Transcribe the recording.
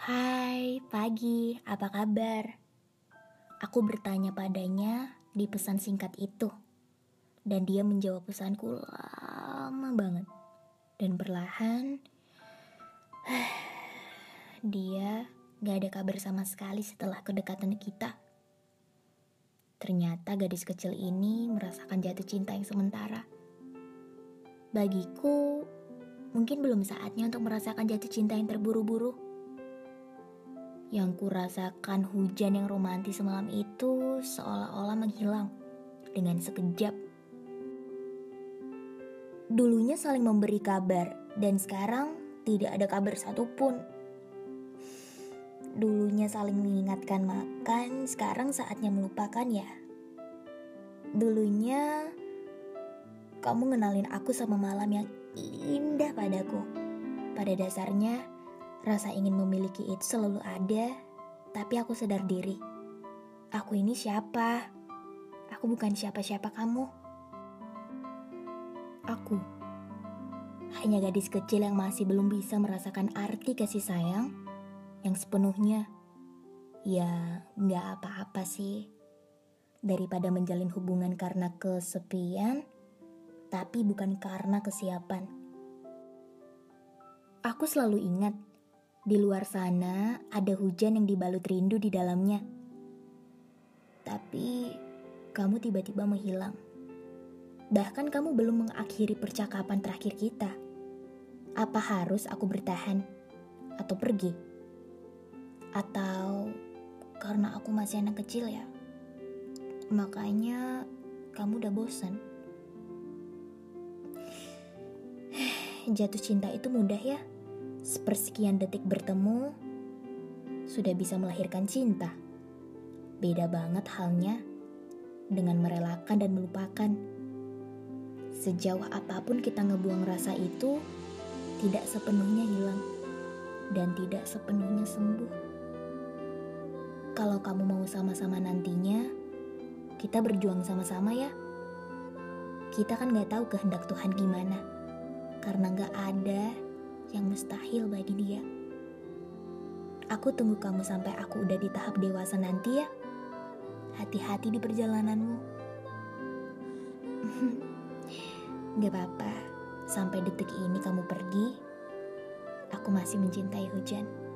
Hai, pagi, apa kabar? Aku bertanya padanya di pesan singkat itu. Dan dia menjawab pesanku lama banget. Dan perlahan, dia gak ada kabar sama sekali setelah kedekatan kita. Ternyata gadis kecil ini merasakan jatuh cinta yang sementara. Bagiku, mungkin belum saatnya untuk merasakan jatuh cinta yang terburu-buru. Yang kurasakan hujan yang romantis semalam itu seolah-olah menghilang dengan sekejap. Dulunya saling memberi kabar, dan sekarang tidak ada kabar satupun. Dulunya saling mengingatkan makan, sekarang saatnya melupakan ya. Dulunya kamu ngenalin aku sama malam yang indah padaku. Pada dasarnya, rasa ingin memiliki itu selalu ada, tapi aku sadar diri. Aku ini siapa? Aku bukan siapa-siapa kamu. Aku hanya gadis kecil yang masih belum bisa merasakan arti kasih sayang yang sepenuhnya. Ya, gak apa-apa sih. Daripada menjalin hubungan karena kesepian, tapi bukan karena kesiapan. Aku selalu ingat, di luar sana ada hujan yang dibalut rindu di dalamnya. Tapi kamu tiba-tiba menghilang. Bahkan kamu belum mengakhiri percakapan terakhir kita. Apa harus aku bertahan? Atau pergi? Atau karena aku masih anak kecil ya? Makanya kamu udah bosan. Jatuh cinta itu mudah ya. Sepersekian detik bertemu, sudah bisa melahirkan cinta. Beda banget halnya dengan merelakan dan melupakan. Sejauh apapun kita ngebuang rasa itu, tidak sepenuhnya hilang dan tidak sepenuhnya sembuh. Kalau kamu mau sama-sama nantinya, kita berjuang sama-sama ya. Kita kan gak tahu kehendak Tuhan gimana, karena gak ada yang mustahil bagi dia. Aku tunggu kamu sampai aku udah di tahap dewasa nanti ya. Hati-hati di perjalananmu. Gak apa-apa, sampai detik ini kamu pergi, aku masih mencintai hujan.